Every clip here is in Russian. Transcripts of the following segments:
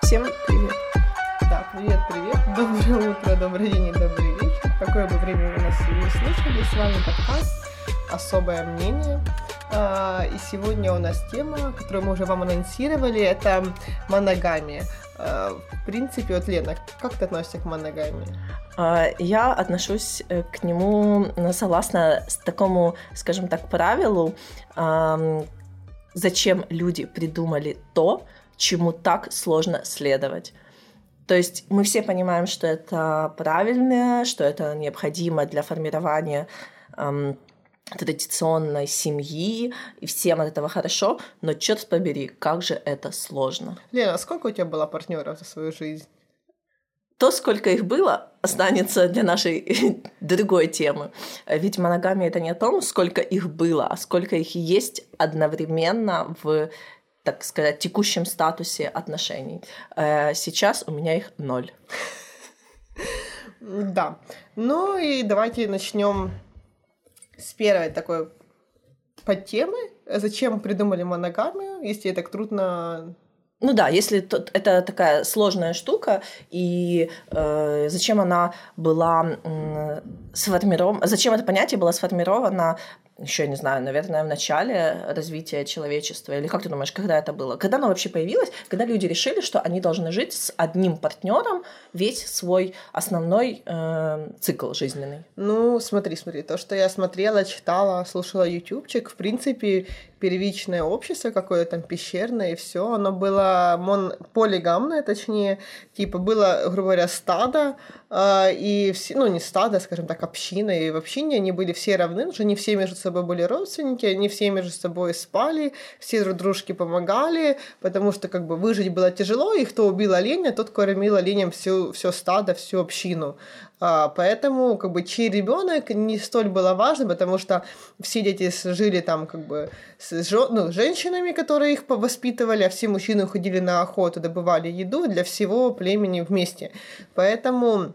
Всем привет. Да, привет. Доброе утро, добрый день и добрый вечер. Какое бы время вы нас не слушали, с вами подкаст «Особое мнение». И сегодня у нас тема, которую мы уже вам анонсировали, это моногамия. В принципе, вот, Лена, как ты относишься к моногамии? Я отношусь к нему согласно такому, скажем так, правилу, зачем люди придумали то, чему так сложно следовать. То есть мы все понимаем, что это правильно, что это необходимо для формирования традиционной семьи, и всем от этого хорошо, но, черт побери, как же это сложно. Лена, сколько у тебя было партнеров за свою жизнь? То, сколько их было, останется для нашей другой темы. Ведь моногамия — это не о том, сколько их было, а сколько их есть одновременно в, так сказать, текущем статусе отношений. Сейчас у меня их 0. Да. Ну и давайте начнем с первой такой подтемы. Зачем придумали моногамию, если так трудно... Ну да, если это такая сложная штука, и зачем она была сформирована, зачем это понятие было сформировано, еще я не знаю, наверное, в начале развития человечества, или как ты думаешь, когда это было? Когда оно вообще появилось? Когда люди решили, что они должны жить с одним партнером весь свой основной цикл жизненный? Ну, смотри, то, что я смотрела, читала, слушала ютубчик, в принципе, первичное общество какое-то там пещерное, и все, оно было полигамное, точнее, типа было, грубо говоря, стадо, и все, ну, не стадо, скажем так, община, и в общине они были все равны, уже не все между собой были родственники, они все между собой спали, все друг дружке помогали, потому что как бы выжить было тяжело, и кто убил оленя, тот кормил оленем все стадо, всю общину. Поэтому как бы чей ребенок не столь было важно, потому что все дети жили там как бы с женщинами, которые их воспитывали, а все мужчины уходили на охоту, добывали еду для всего племени вместе. Поэтому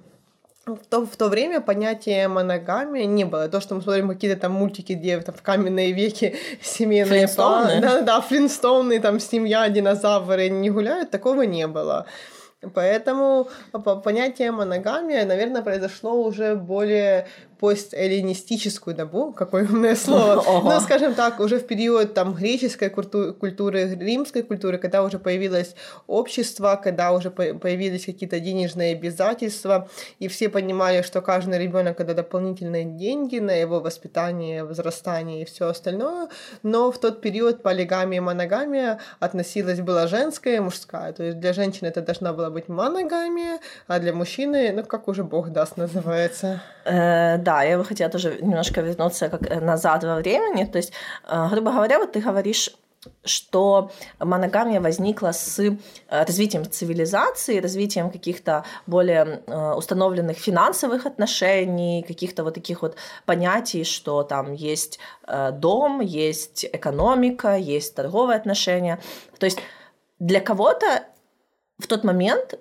в то время понятия моногамии не было. То, что мы смотрим какие-то там мультики, где там в каменные веки семейные Флинстоуны? Да, Флинстоуны, там семья, динозавры не гуляют, такого не было. Поэтому понятие моногамия, наверное, произошло уже более постэллинистическую добу, какое умное слово, ну, скажем так, уже в период там греческой культуры, римской культуры, когда уже появилось общество, когда уже появились какие-то денежные обязательства, и все понимали, что каждый ребенок это дополнительные деньги на его воспитание, возрастание и все остальное, но в тот период полигамия и моногамия относилась была женская и мужская, то есть для женщины это должна была быть моногамия, а для мужчины, ну, как уже Бог даст, называется. Да, я бы хотела тоже немножко вернуться назад во времени. То есть, грубо говоря, вот ты говоришь, что моногамия возникла с развитием цивилизации, развитием каких-то более установленных финансовых отношений, каких-то вот таких вот понятий, что там есть дом, есть экономика, есть торговые отношения. То есть для кого-то в тот момент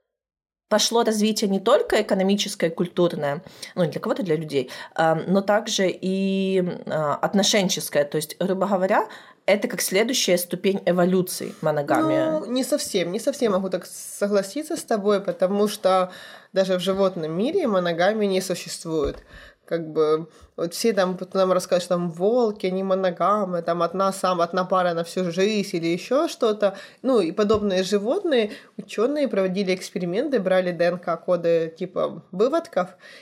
пошло развитие не только экономическое, культурное, ну, для кого-то, для людей, но также и отношенческое. То есть, грубо говоря, это как следующая ступень эволюции моногамия. Ну, не совсем могу так согласиться с тобой, потому что даже в животном мире моногамии не существует. Как бы вот все там нам рассказывают, что там волки, они моногамы, там одна пара на всю жизнь или еще что-то. Ну и подобные животные, ученые проводили эксперименты, брали ДНК-коды типа выводков,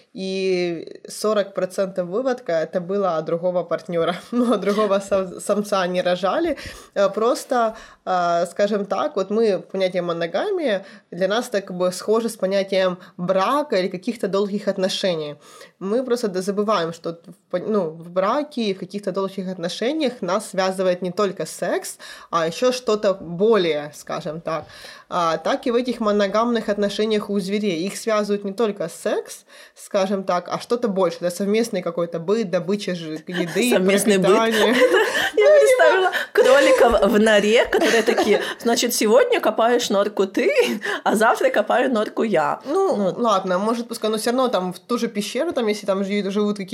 и 40% выводка это было от другого партнера, ну, от другого самца они рожали. Просто, скажем так, вот мы, понятие моногамия для нас так как бы схоже с понятием брака или каких-то долгих отношений. Мы просто забываем, что в браке и в каких-то долгих отношениях нас связывает не только секс, а еще что-то более, скажем так. Так и в этих моногамных отношениях у зверей. Их связывают не только секс, скажем так, а что-то больше. Это совместный какой-то быт, добыча еды, совместный пропитание. Быт. Я представила кроликов в норе, которые такие, значит, сегодня копаешь норку ты, а завтра копаю норку я. Ну, ладно, может, пускай, но все равно там в ту же пещеру, там, если там живут какие-то волки,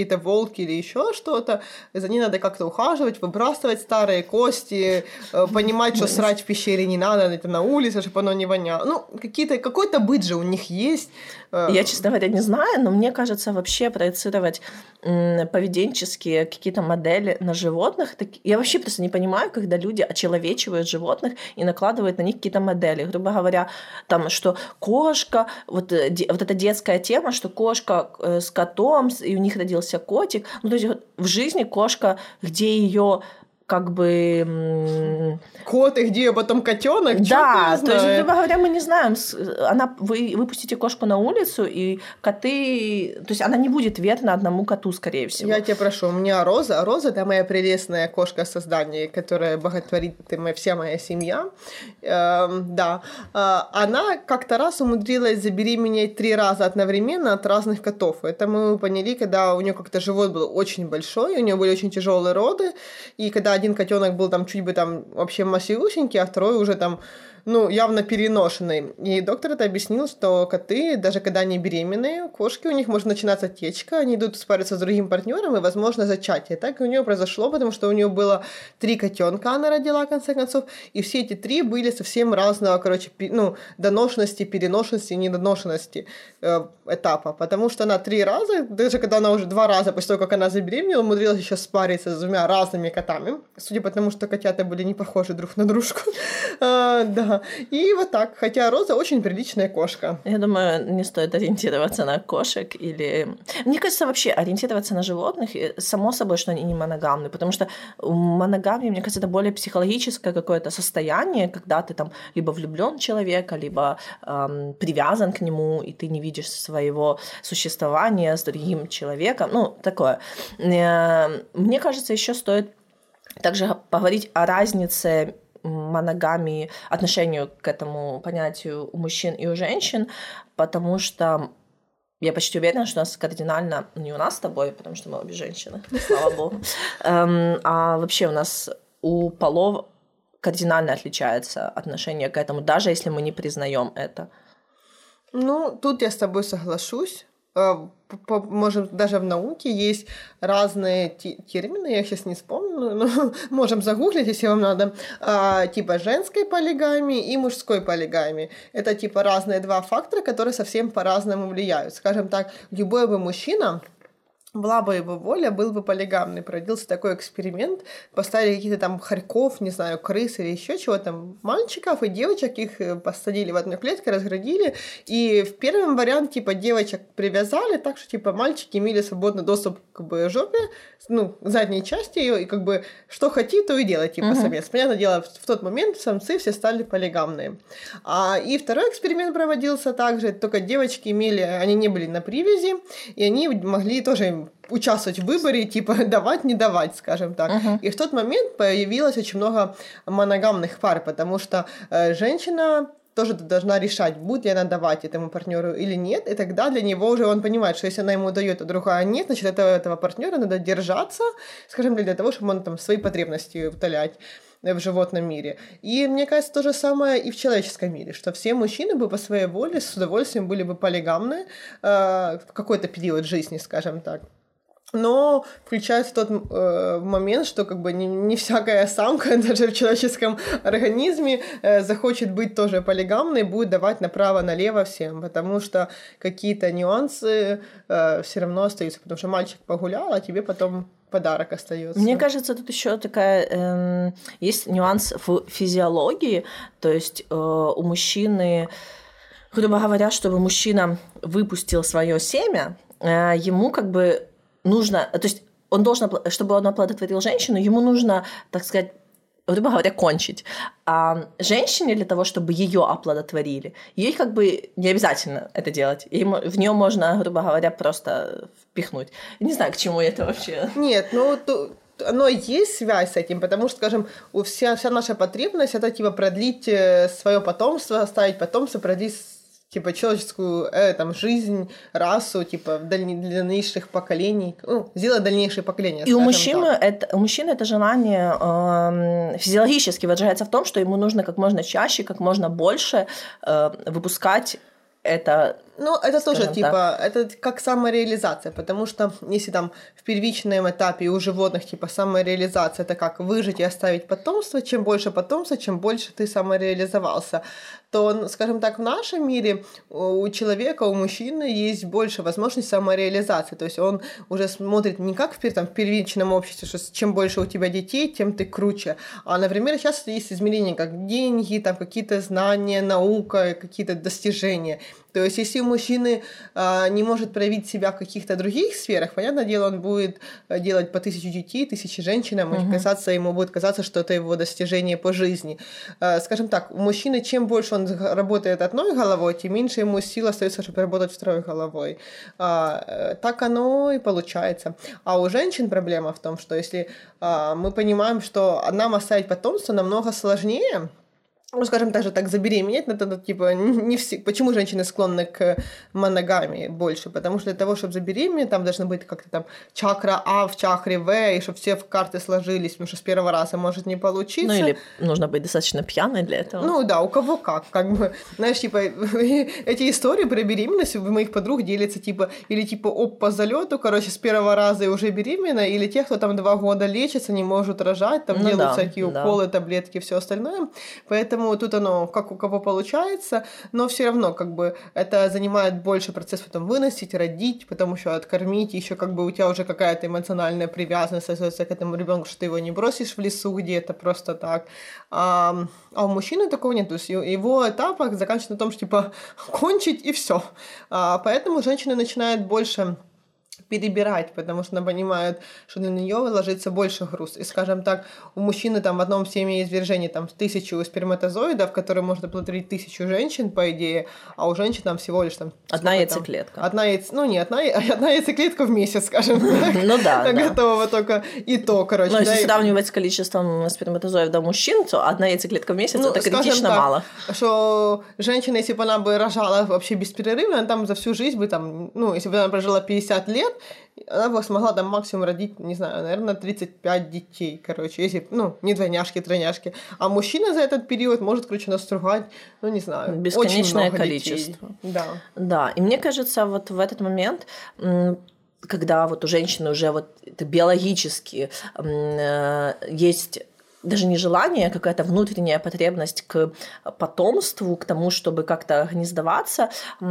волки или еще что-то, за ней надо как-то ухаживать, выбрасывать старые кости, понимать, что срать в пещере не надо, это на улице, чтобы оно не воняло. Ну, какой-то быт же у них есть. Я, честно говоря, не знаю, но мне кажется, вообще проецировать поведенческие какие-то модели на животных, я вообще просто не понимаю, когда люди очеловечивают животных и накладывают на них какие-то модели. Грубо говоря, там, что кошка, вот эта детская тема, что кошка с котом, и у них родился котик. Ну, то есть в жизни кошка, где ее как бы... Кот, и где потом котенок? Да, то есть, грубо говоря, мы не знаем, вы выпустите кошку на улицу, и коты... То есть она не будет верна одному коту, скорее всего. Я тебя прошу, у меня Роза. Роза — это моя прелестная кошка создания, которая боготворит вся моя семья. Да. Она как-то раз умудрилась забеременеть 3 раза одновременно от разных котов. Это мы поняли, когда у нее как-то живот был очень большой, у нее были очень тяжелые роды, и когда один котенок был там чуть бы там вообще массивусенький, а второй уже там, ну, явно переношенный. И доктор это объяснил, что коты, даже когда они беременные, кошки, у них может начинаться течка, они идут спариться с другим партнером, и, возможно, зачатие. Так и у нее произошло, потому что у нее было 3 котенка, она родила, в конце концов, и все эти 3 были совсем разного, короче, ну, доношенности, переношенности, недоношенности этапа, потому что она 3 раза, даже когда она уже 2 раза после того, как она забеременела, умудрилась еще спариться с 2 разными котами, судя по тому, что котята были не похожи друг на дружку. Да. И вот так. Хотя Роза очень приличная кошка. Я думаю, не стоит ориентироваться на кошек или... Мне кажется, вообще ориентироваться на животных, само собой, что они не моногамны, потому что моногамия, мне кажется, это более психологическое какое-то состояние, когда ты там либо влюблен в человека, либо привязан к нему, и ты не видишь своего существования с другим человеком. Ну, такое. Мне кажется, еще стоит также поговорить о разнице моногамии, отношению к этому понятию у мужчин и у женщин, потому что я почти уверена, что у нас кардинально, не у нас с тобой, потому что мы обе женщины, слава богу, а вообще у нас у полов кардинально отличается отношение к этому, даже если мы не признаем это. Ну, тут я с тобой соглашусь. Может, даже в науке есть разные термины, я их сейчас не вспомню, но можем загуглить, если вам надо, типа женской полигамии и мужской полигамии. Это типа разные 2 фактора, которые совсем по-разному влияют. Скажем так, любой бы мужчина, была бы его воля, был бы полигамный. Проводился такой эксперимент, поставили какие-то там хорьков, не знаю, крыс или еще чего-то, мальчиков и девочек, их посадили в одну клетку, разградили, и в первом варианте, типа, девочек привязали так, что, типа, мальчики имели свободный доступ к жопе, ну, задней части ее, и, как бы, что хотите, то и делать, типа, самец. Понятное дело, в тот момент самцы все стали полигамные. И второй эксперимент проводился также, только девочки они не были на привязи, и они могли тоже участвовать в выборе, типа, давать, не давать, скажем так. И в тот момент появилось очень много моногамных пар, потому что женщина тоже должна решать, будет ли она давать этому партнеру или нет, и тогда для него уже он понимает, что если она ему дает, а другая нет, значит, этого партнера надо держаться, скажем, для того, чтобы он там свои потребности утолять в животном мире. И мне кажется, то же самое и в человеческом мире, что все мужчины бы по своей воле с удовольствием были бы полигамны в какой-то период жизни, скажем так. Но включается тот момент, что как бы не всякая самка даже в человеческом организме захочет быть тоже полигамной, будет давать направо-налево всем, потому что какие-то нюансы все равно остаются, потому что мальчик погулял, а тебе потом подарок остается. Мне кажется, тут еще такая есть нюанс в физиологии, то есть у мужчины, грубо говоря, чтобы мужчина выпустил свое семя, ему как бы нужно, то есть он должен, чтобы он оплодотворил женщину, ему нужно, так сказать, грубо говоря, кончить. А женщине для того, чтобы ее оплодотворили, ей как бы не обязательно это делать. В нее можно, грубо говоря, просто впихнуть. Не знаю, к чему это вообще. Нет, ну оно есть связь с этим, потому что, скажем, вся наша потребность это типа продлить свое потомство, оставить потомство, продлить типа человеческую там, жизнь, расу, типа для дальнейших поколений, сделать дальнейшие поколения. И у мужчины это желание физиологически выражается в том, что ему нужно как можно чаще, как можно больше выпускать это Ну, это тоже, так. типа, это как самореализация, потому что если там в первичном этапе у животных, типа, самореализация, это как выжить и оставить потомство, чем больше потомства, чем больше ты самореализовался, то, скажем так, в нашем мире у человека, у мужчины есть больше возможностей самореализации, то есть он уже смотрит не как в первичном обществе, что чем больше у тебя детей, тем ты круче, а, например, сейчас есть измерения, как деньги, там какие-то знания, наука, какие-то достижения. То есть, если у мужчины не может проявить себя в каких-то других сферах, понятное дело, он будет делать по 1000 детей, 1000 женщинам, и ему будет казаться, что это его достижение по жизни. Скажем так, у мужчины, чем больше он работает одной головой, тем меньше ему сил остается, чтобы работать второй головой. Так оно и получается. А у женщин проблема в том, что если мы понимаем, что нам оставить потомство намного сложнее, ну, скажем так же, так забеременеть, это типа не все. Почему женщины склонны к моногамии больше? Потому что для того, чтобы забеременеть, там должны быть как-то там чакра А в чакре В, и чтобы все карты сложились, потому что с первого раза может не получиться. Ну, или нужно быть достаточно пьяной для этого. Ну, да, у кого как бы, знаешь, типа, эти истории про беременность у моих подруг делятся, типа, или типа по залету, короче, с первого раза и уже беременна, или те, кто там 2 года лечится, не может рожать, там делают всякие уколы, таблетки, все остальное. Поэтому тут оно как у кого получается, но все равно как бы это занимает больше процесс потом выносить, родить, потом еще откормить, еще как бы у тебя уже какая-то эмоциональная привязанность остается к этому ребенку, что ты его не бросишь в лесу где-то просто так. А у мужчины такого нет, то есть его этап заканчивается на том, что типа кончить и все. Поэтому женщина начинает больше перебирать, потому что она понимает, что на нее ложится больше груз. И, скажем так, у мужчины там в одном семяизвержении там 1000 сперматозоидов, которые может оплодотворить 1000 женщин, по идее, а у женщин там всего лишь там... Одна яйцеклетка. Одна яйцеклетка в месяц, скажем так. Ну да. Готового только и то, короче. Но если сравнивать с количеством сперматозоидов мужчин, то одна яйцеклетка в месяц это критично мало. Что женщина, если бы она бы рожала вообще беспрерывно, она там за всю жизнь бы там, ну, если бы она прожила 50 лет, она бы смогла там максимум родить, не знаю, наверное, 35 детей, короче, если, ну, не двойняшки, тройняшки. А мужчина за этот период может, короче, настругать, ну, не знаю, бесконечное очень много количество. Детей. Да, и мне кажется, вот в этот момент, когда вот у женщины уже вот это биологически есть даже не желание, а какая-то внутренняя потребность к потомству, к тому, чтобы как-то гнездоваться,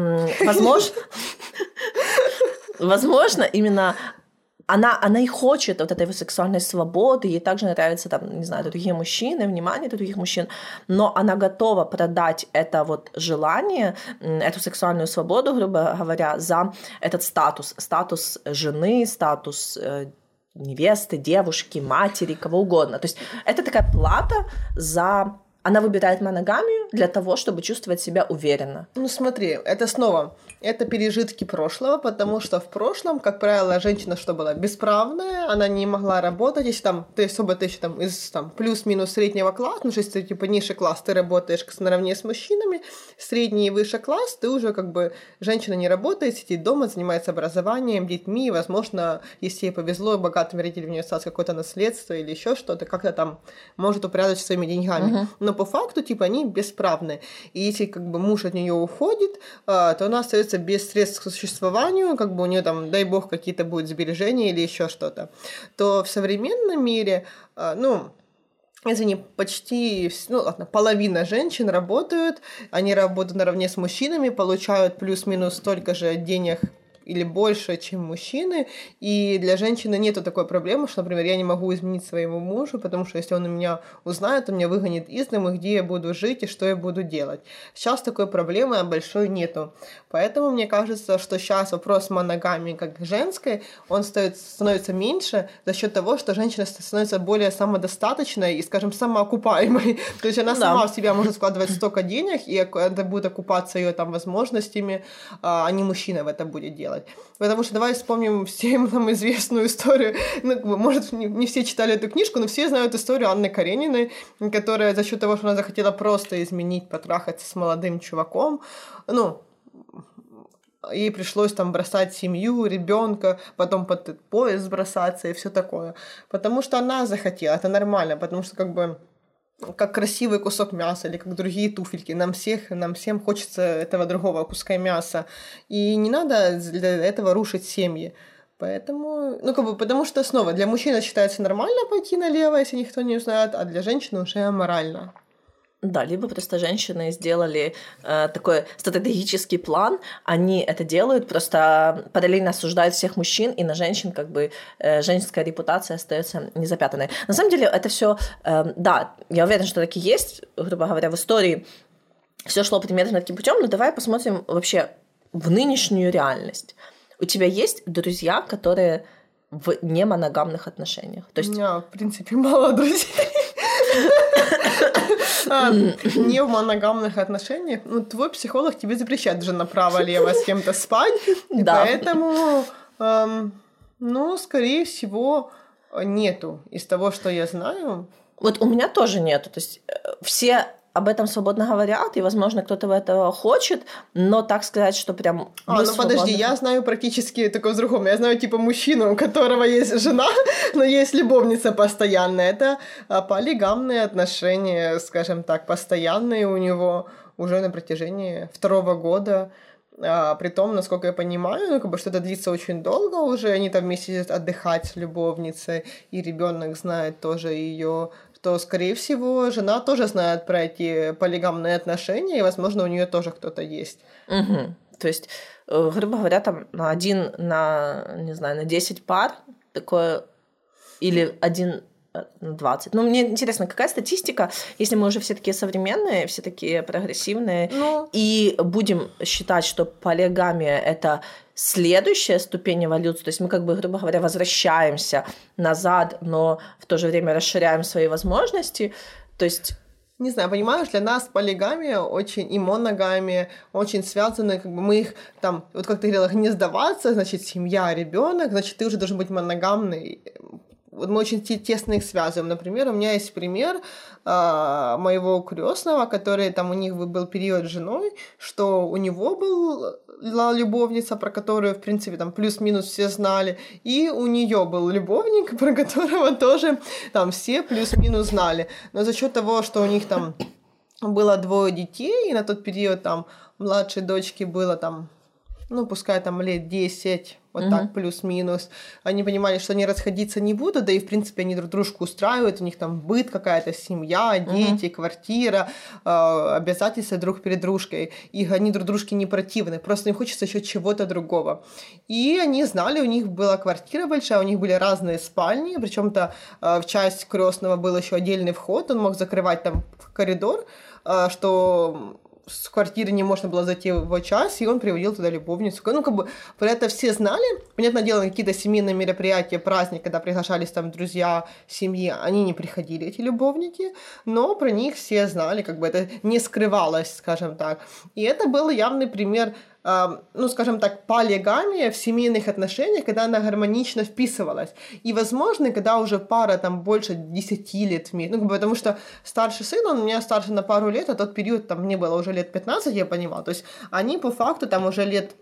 возможно, именно она и хочет вот этой сексуальной свободы, ей также нравятся, там, не знаю, другие мужчины, внимание других мужчин, но она готова продать это вот желание, эту сексуальную свободу, грубо говоря, за этот статус жены, статус невесты, девушки, матери, кого угодно. То есть это такая плата за... Она выбирает моногамию для того, чтобы чувствовать себя уверенно. Ну смотри, это снова, это пережитки прошлого, потому что в прошлом, как правило, женщина что была? Бесправная, она не могла работать, если там ты еще там из там, плюс-минус среднего класса, ну, если ты типа низший класс, ты работаешь наравне с мужчинами, средний и выше класс, ты уже как бы, женщина не работает, сидит дома, занимается образованием, детьми, возможно, если ей повезло, богатым родителям у нее осталось какое-то наследство или еще что-то, как-то там может упрятать своими деньгами. Но по факту, типа, они бесправны. И если, как бы, муж от нее уходит, то она остается без средств к существованию, как бы у нее там, дай бог, какие-то будут сбережения или еще что-то, то в современном мире, извини, почти, половина женщин работают, они работают наравне с мужчинами, получают плюс-минус столько же денег или больше, чем мужчины, и для женщины нету такой проблемы, что, например, я не могу изменить своему мужу, потому что если он меня узнает, он меня выгонит из дома, где я буду жить и что я буду делать. Сейчас такой проблемы большой нету. Поэтому мне кажется, что сейчас вопрос моногамии как женской, он становится меньше за счет того, что женщина становится более самодостаточной и, скажем, самоокупаемой. То есть она сама в себя может вкладывать столько денег, и это будет окупаться ее там возможностями, а не мужчина в это будет делать. Потому что давай вспомним всем нам известную историю. Ну, может, не все читали эту книжку, но все знают историю Анны Карениной, которая за счет того, что она захотела просто изменить, потрахаться с молодым чуваком, ей пришлось там бросать семью, ребенка, потом под поезд бросаться и все такое. Потому что она захотела, это нормально, потому что как бы как красивый кусок мяса или как другие туфельки. Нам всем хочется этого другого куска мяса. И не надо для этого рушить семьи. Поэтому, потому что снова для мужчин считается нормально пойти налево, если никто не узнает, а для женщины уже аморально. Да, либо просто женщины сделали такой стратегический план, они это делают, просто параллельно осуждают всех мужчин, и на женщин женская репутация остается незапятнанной. На самом деле это все, да, я уверена, что так и есть, грубо говоря, в истории все шло примерно таким путем, но давай посмотрим вообще в нынешнюю реальность. У тебя есть друзья, которые в немоногамных отношениях? То есть... У меня, в принципе, мало друзей. Не в моногамных отношениях. Твой психолог тебе запрещает даже направо-лево с кем-то спать. Поэтому, скорее всего, нету. Из того, что я знаю. Вот у меня тоже нету. То есть все об этом свободно говорят, и, возможно, кто-то этого хочет, но так сказать, что прям... подожди, я знаю практически такое другое. Я знаю, мужчину, у которого есть жена, но есть любовница постоянная. Это полигамные отношения, скажем так, постоянные у него уже на протяжении 2 года. Притом, насколько я понимаю, что это длится очень долго уже, они там вместе идут отдыхать с любовницей, и ребенок знает тоже ее, то, скорее всего, жена тоже знает про эти полигамные отношения, и, возможно, у нее тоже кто-то есть. Угу. То есть, грубо говоря, там на 10 пар такое, или 1 на 20. Мне интересно, какая статистика, если мы уже все такие современные, все такие прогрессивные, и будем считать, что полигамия — это следующая ступень эволюции, то есть мы грубо говоря, возвращаемся назад, но в то же время расширяем свои возможности, то есть... Не знаю, понимаешь, для нас полигамия и моногамия очень связаны, мы их там, вот как ты говорила, не сдаваться, значит, семья, ребенок, значит, ты уже должен быть моногамный. Вот мы очень тесно их связываем. Например, у меня есть пример моего крестного, который там у них был период с женой, что у него была любовница, про которую, в принципе, там плюс-минус все знали, и у нее был любовник, про которого тоже там все плюс-минус знали. Но за счет того, что у них там было 2 детей, и на тот период там младшей дочке было там, пускай там лет 10, вот так, плюс-минус. Они понимали, что они расходиться не будут, да и, в принципе, они друг дружку устраивают, у них там быт, какая-то семья, дети, квартира, обязательства друг перед дружкой. И они друг дружке не противны, просто им хочется еще чего-то другого. И они знали, у них была квартира большая, у них были разные спальни, причем-то в часть крестного был еще отдельный вход, он мог закрывать там коридор, что... с квартиры не можно было зайти в его часть, и он приводил туда любовницу. Про это все знали. Понятное дело, какие-то семейные мероприятия, праздники, когда приглашались там друзья, семьи, они не приходили, эти любовники, но про них все знали, это не скрывалось, скажем так. И это был явный пример, скажем так, полигамия в семейных отношениях, когда она гармонично вписывалась. И, возможно, когда уже пара там больше 10 лет вместе, потому что старший сын, он у меня старше на пару лет, а тот период там мне было уже лет 15, я понимала. То есть они по факту там уже лет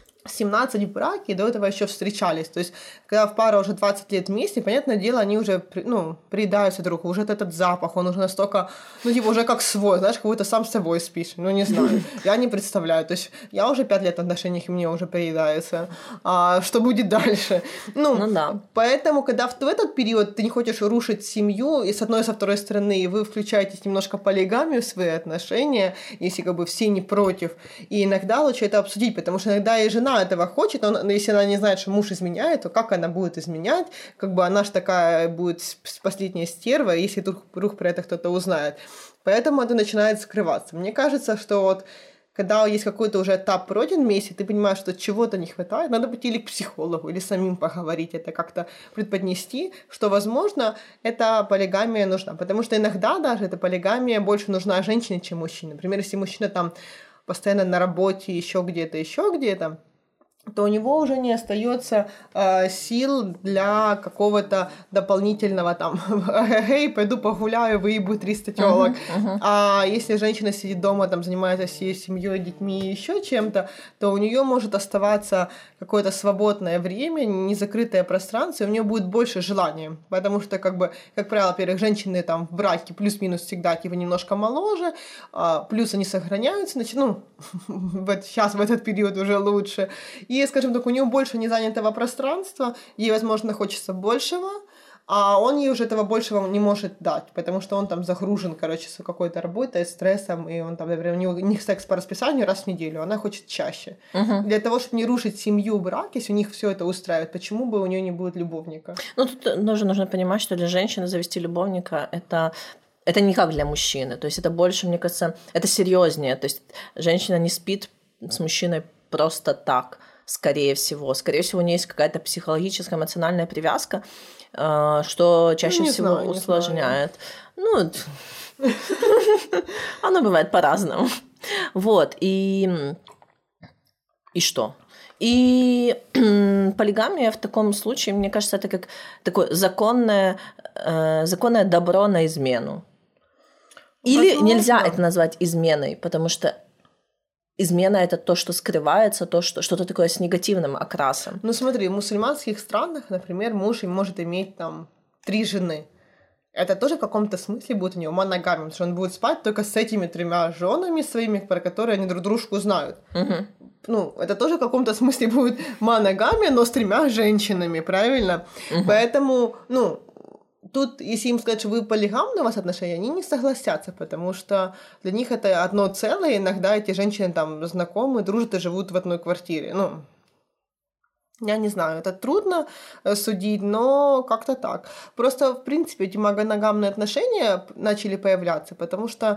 17 в браке, и до этого еще встречались. То есть, когда в пара уже 20 лет вместе, понятное дело, они уже, приедаются друг другу. Уже этот запах, он уже настолько, уже как свой, знаешь, как будто сам с собой спишь. Не знаю. Я не представляю. То есть, я уже 5 лет в отношениях, и мне уже приедается. А что будет дальше? Да. Поэтому, когда в этот период ты не хочешь рушить семью, и с одной и со второй стороны, и вы включаетесь немножко полигамию в свои отношения, если все не против, и иногда лучше это обсудить, потому что иногда и жена этого хочет, но если она не знает, что муж изменяет, то как она будет изменять? Она же такая будет последняя стерва, если вдруг про это кто-то узнает. Поэтому это начинает скрываться. Мне кажется, что когда есть какой-то уже этап пройден вместе, ты понимаешь, что чего-то не хватает, надо пойти или к психологу, или самим поговорить, это как-то преподнести, что, возможно, эта полигамия нужна. Потому что иногда даже эта полигамия больше нужна женщине, чем мужчине. Например, если мужчина там постоянно на работе, еще где-то, то у него уже не остается сил для какого-то дополнительного там «Эй, пойду погуляю, выебу 300 тёлок». А если женщина сидит дома, там, занимается всей семьей, детьми и еще чем-то, то у нее может оставаться какое-то свободное время, незакрытое пространство, и у нее будет больше желания. Потому что, как правило, во-первых, женщины там в браке плюс-минус всегда типа немножко моложе, плюс они сохраняются, сейчас в этот период уже лучше. И, скажем так, у нее больше незанятого пространства, ей, возможно, хочется большего, а он ей уже этого большего не может дать, потому что он там загружен, с какой-то работой, стрессом, и он там, например, у них секс по расписанию раз в неделю, она хочет чаще. Для того, чтобы не рушить семью, брак, если у них все это устраивает, почему бы у нее не будет любовника? Ну, тут нужно понимать, что для женщины завести любовника это не как для мужчины, то есть это больше, мне кажется, это серьезнее, то есть женщина не спит с мужчиной просто так, скорее всего. Скорее всего, у нее есть какая-то психологическая, эмоциональная привязка, что чаще всего усложняет. Ну, оно бывает по-разному. Вот, и что? И полигамия в таком случае, мне кажется, это как такое законное добро на измену. Или нельзя это назвать изменой, потому что измена – это то, что скрывается, что-то такое с негативным окрасом. Ну смотри, в мусульманских странах, например, муж может иметь там 3 жены. Это тоже в каком-то смысле будет у него моногамия, потому что он будет спать только с этими 3 женами своими, про которые они друг дружку знают. Ну, это тоже в каком-то смысле будет моногамия, но с 3 женщинами, правильно? Поэтому, тут, если им сказать, что вы полигамны, у вас отношения, они не согласятся, потому что для них это одно целое, иногда эти женщины там знакомы, дружат и живут в одной квартире. Я не знаю, это трудно судить, но как-то так. Просто, в принципе, эти моногамные отношения начали появляться, потому что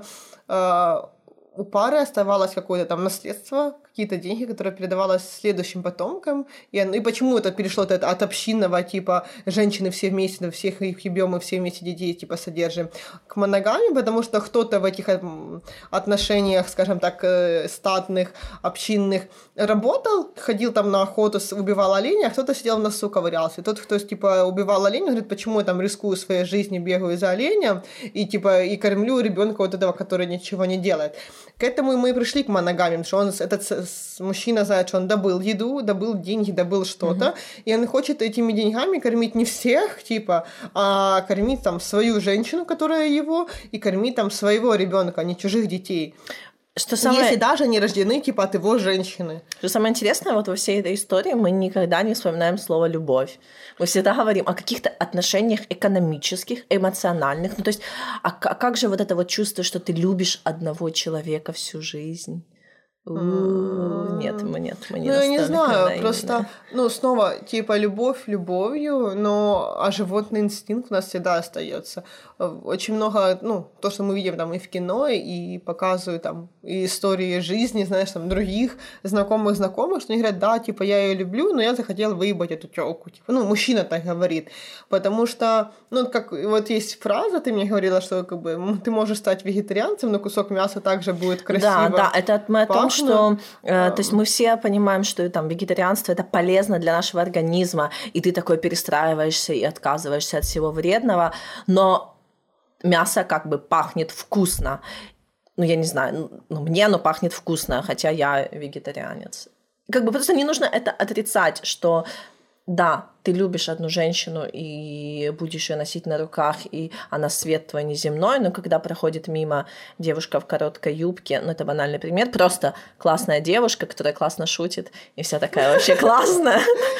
у пары оставалось какое-то там наследство, какие-то деньги, которые передавалось следующим потомкам. И почему это перешло от общинного, типа, женщины все вместе, всех их ебем, и все вместе детей, типа, содержим, к моногамии, потому что кто-то в этих отношениях, скажем так, статных, общинных, работал, ходил там на охоту, убивал оленя, а кто-то сидел в носу ковырялся. И тот, кто, типа, убивал оленя, говорит, почему я там рискую своей жизнью, бегаю за оленем, и, типа, и кормлю ребенка вот этого, который ничего не делает. К этому мы и пришли к моногамии, потому что этот мужчина знает, что он добыл еду, добыл деньги, добыл что-то, и он хочет этими деньгами кормить не всех, типа, а кормить там свою женщину, которая его, и кормить там своего ребенка, а не чужих детей. Если даже они рождены, типа, от его женщины. Что самое интересное, вот во всей этой истории мы никогда не вспоминаем слово «любовь». Мы всегда говорим о каких-то отношениях экономических, эмоциональных. Ну, то есть, а как же вот это вот чувство, что ты любишь одного человека всю жизнь? Нет, мы не я не знаю, просто, снова, типа, любовь любовью, но животный инстинкт у нас всегда остается. Очень много, то, что мы видим там и в кино, и показывают там и истории жизни, знаешь, там, других знакомых, что они говорят, да, типа, я ее люблю, но я захотел выебать эту тёлку. Типа, мужчина так говорит. Потому что, как вот есть фраза, ты мне говорила, что, ты можешь стать вегетарианцем, но кусок мяса также будет красиво. Да, это мы о том, что то есть мы все понимаем, что там вегетарианство это полезно для нашего организма, и ты такой перестраиваешься и отказываешься от всего вредного, но мясо пахнет вкусно. Я не знаю, мне оно пахнет вкусно, хотя я вегетарианец. Просто не нужно это отрицать, что да, ты любишь одну женщину и будешь ее носить на руках, и она свет твой неземной, но когда проходит мимо девушка в короткой юбке, это банальный пример, просто классная девушка, которая классно шутит, и вся такая вообще классная,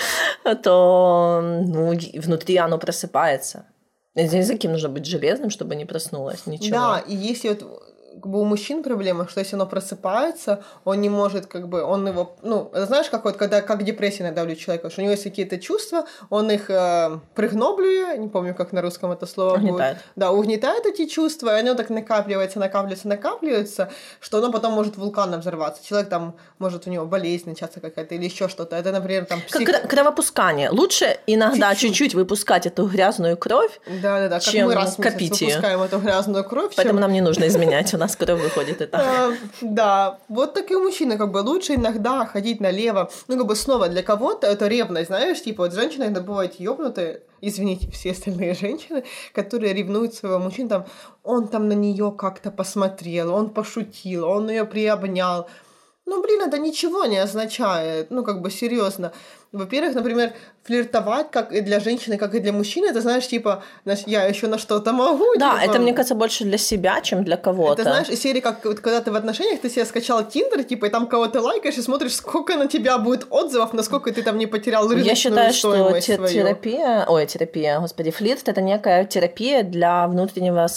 то внутри оно просыпается. Я не знаю, каким нужно быть железным, чтобы не проснулось, ничего. Да, и если у мужчин проблема, что если оно просыпается, он не может, он его, знаешь, как депрессия иногда у человека, что у него есть какие-то чувства, он их пригноблюет, не помню, как на русском это слово угнетает. Будет. Да, угнетает эти чувства, и оно так накапливается, что оно потом может вулканом взорваться. Человек там, может у него болезнь начаться какая-то или еще что-то. Это, например, там... Кровопускание. Лучше иногда чуть-чуть выпускать эту грязную кровь, да, чем как мы раз в месяц копить ее. выпускаем эту грязную кровь. Поэтому нам не нужно изменять, у нас нас скоро выходит это. Да, вот так и у мужчины, как бы лучше иногда ходить налево. Ну, как бы снова для кого-то это ревность, знаешь, типа вот женщины иногда бывают ёбнутые, извините, все остальные женщины, которые ревнуют своего мужчину, там, он там на нее как-то посмотрел, он пошутил, он ее приобнял. Ну, блин, это ничего не означает, ну, как бы, серьезно. Во-первых, например, флиртовать как и для женщины, как и для мужчины, это, знаешь, типа, я еще на что-то могу. Да, типа. Это, мне кажется, больше для себя, чем для кого-то. Это, знаешь, из серии, как вот, когда ты в отношениях, ты себе скачал Тиндер, типа, и там кого-то лайкаешь, и смотришь, сколько на тебя будет отзывов, насколько ты там не потерял рыночную Я считаю, что терапия, флирт — это некая терапия для внутреннего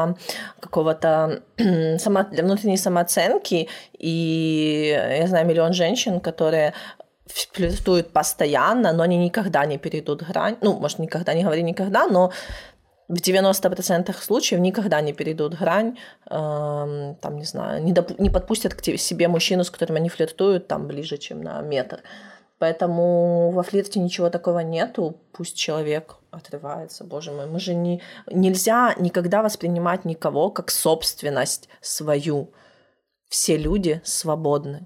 для внутренней самооценки, и я знаю миллион женщин, которые флиртуют постоянно, но они никогда не перейдут грань. Ну, может, никогда, не говори никогда, но в 90% случаев никогда не перейдут грань, там, не знаю, не подпустят к себе мужчину, с которым они флиртуют, там, ближе, чем на метр. Поэтому во флирте ничего такого нету, пусть человек отрывается, боже мой. Нельзя никогда воспринимать никого как собственность свою. Все люди свободны.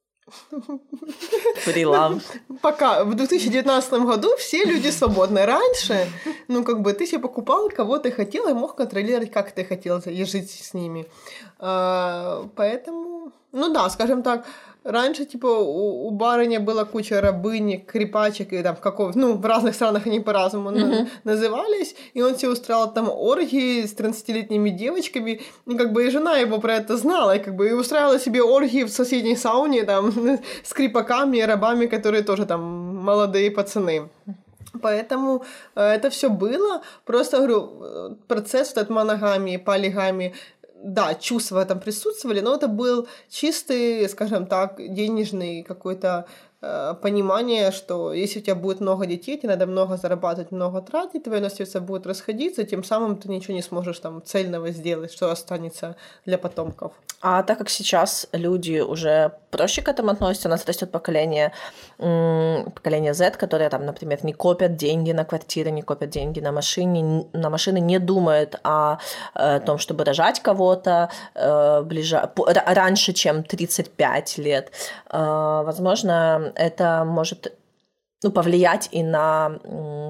Free Пока в 2019 году все люди свободны. Раньше, ну, как бы ты себе покупал, кого ты хотел, и мог контролировать, как ты хотел жить с ними. Поэтому, ну да, скажем так, раньше, типа, у барыни была куча рабынь, крепачек, и там в разных странах они по-разному назывались, и он себе устраивал там оргии с 13-летними девочками, и как бы и жена его про это знала, и как бы и устраивала себе оргии в соседней сауне, там, с крепаками и рабами, которые тоже там молодые пацаны. Поэтому это все было. Просто, говорю, процесс от моногамии, полигамии, да, чувства там присутствовали, но это был чистый, скажем так, денежный какой-то понимание, что если у тебя будет много детей, тебе надо много зарабатывать, много тратить, твое наследство будет расходиться, тем самым ты ничего не сможешь там цельного сделать, что останется для потомков. А так как сейчас люди уже проще к этому относятся, у нас растет поколение Z, которые там, например, не копят деньги на квартиры, не копят деньги на машины, не думают о том, чтобы рожать кого-то раньше, чем 35 лет. Возможно, это может повлиять и на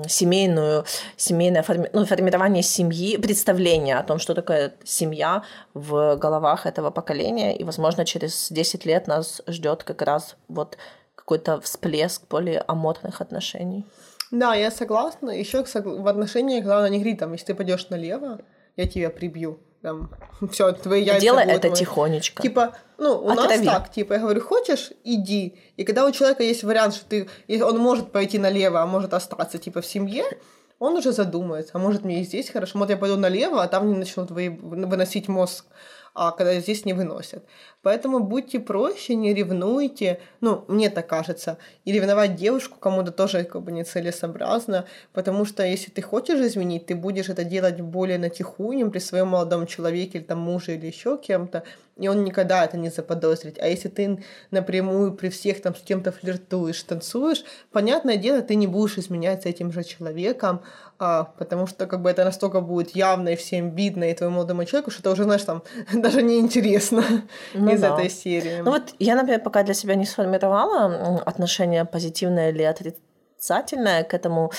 формирование семьи, представление о том, что такое семья в головах этого поколения. И, возможно, через 10 лет нас ждет как раз вот какой-то всплеск полиаморных отношений. Да, я согласна. Еще в отношениях главное не говорить, там, если ты пойдешь налево, я тебя прибью. Там, всё, твои яйца делай будут это тихонечко. Типа, у нас так, типа, я говорю, хочешь, иди. И когда у человека есть вариант, что он может пойти налево, а может остаться, типа, в семье, он уже задумается, а может мне и здесь хорошо, вот я пойду налево, а там не начнут выносить мозг, а когда здесь не выносят. Поэтому будьте проще, не ревнуйте, мне так кажется. И ревновать девушку кому-то тоже как бы нецелесообразно, потому что если ты хочешь изменить, ты будешь это делать более натихуем при своем молодом человеке или там муже или еще кем-то, и он никогда это не заподозрит. А если ты напрямую при всех там с кем-то флиртуешь, танцуешь, понятное дело, ты не будешь изменять с этим же человеком, потому что как бы это настолько будет явно и всем видно, и твоему молодому человеку, что это уже, знаешь, там даже неинтересно из этой серии. Ну вот я, например, пока для себя не сформировала отношение позитивное или отрицательное к этому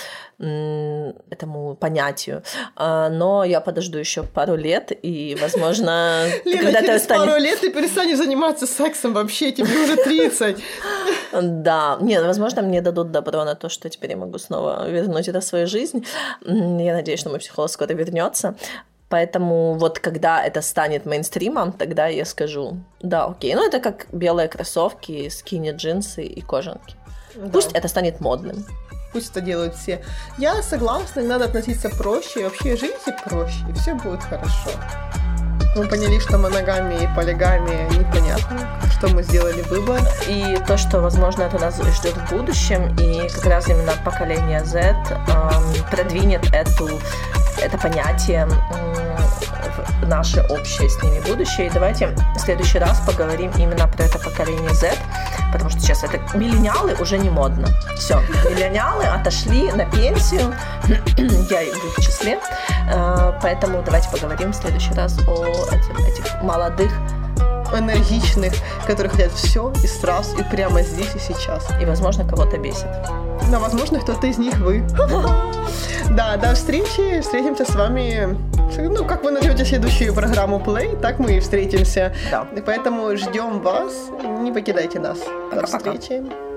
понятию, но я подожду еще пару лет, и, возможно... Лена, через пару лет ты перестанешь заниматься сексом вообще, тебе уже 30. Да, нет, возможно, мне дадут добро на то, что теперь я могу снова вернуть это в свою жизнь. Я надеюсь, что мой психолог скоро вернется. Поэтому вот когда это станет мейнстримом, тогда я скажу, да, окей. Ну, это как белые кроссовки, скини-джинсы и кожанки. Да. Пусть это станет модным. Пусть это делают все. Я согласна, надо относиться проще, и вообще живите проще, и все будет хорошо. Мы поняли, что моногамия и полигамия непонятно, что мы сделали выбор. И то, что, возможно, это нас ждет в будущем, и как раз именно поколение Z продвинет это понятие в наше общее с ними будущее. И давайте в следующий раз поговорим именно про это поколение Z, потому что сейчас это миллениалы уже не модно. Все, миллениалы отошли на пенсию, я в их числе, поэтому давайте поговорим в следующий раз о этих молодых, энергичных, которые хотят все и сразу, и прямо здесь и сейчас. И, возможно, кого-то бесит. Но, возможно, кто-то из них вы. Да, до встречи. Встретимся с вами. Ну, как вы найдете следующую программу Play, так мы и встретимся. Да. И поэтому ждем вас. Не покидайте нас. До встречи.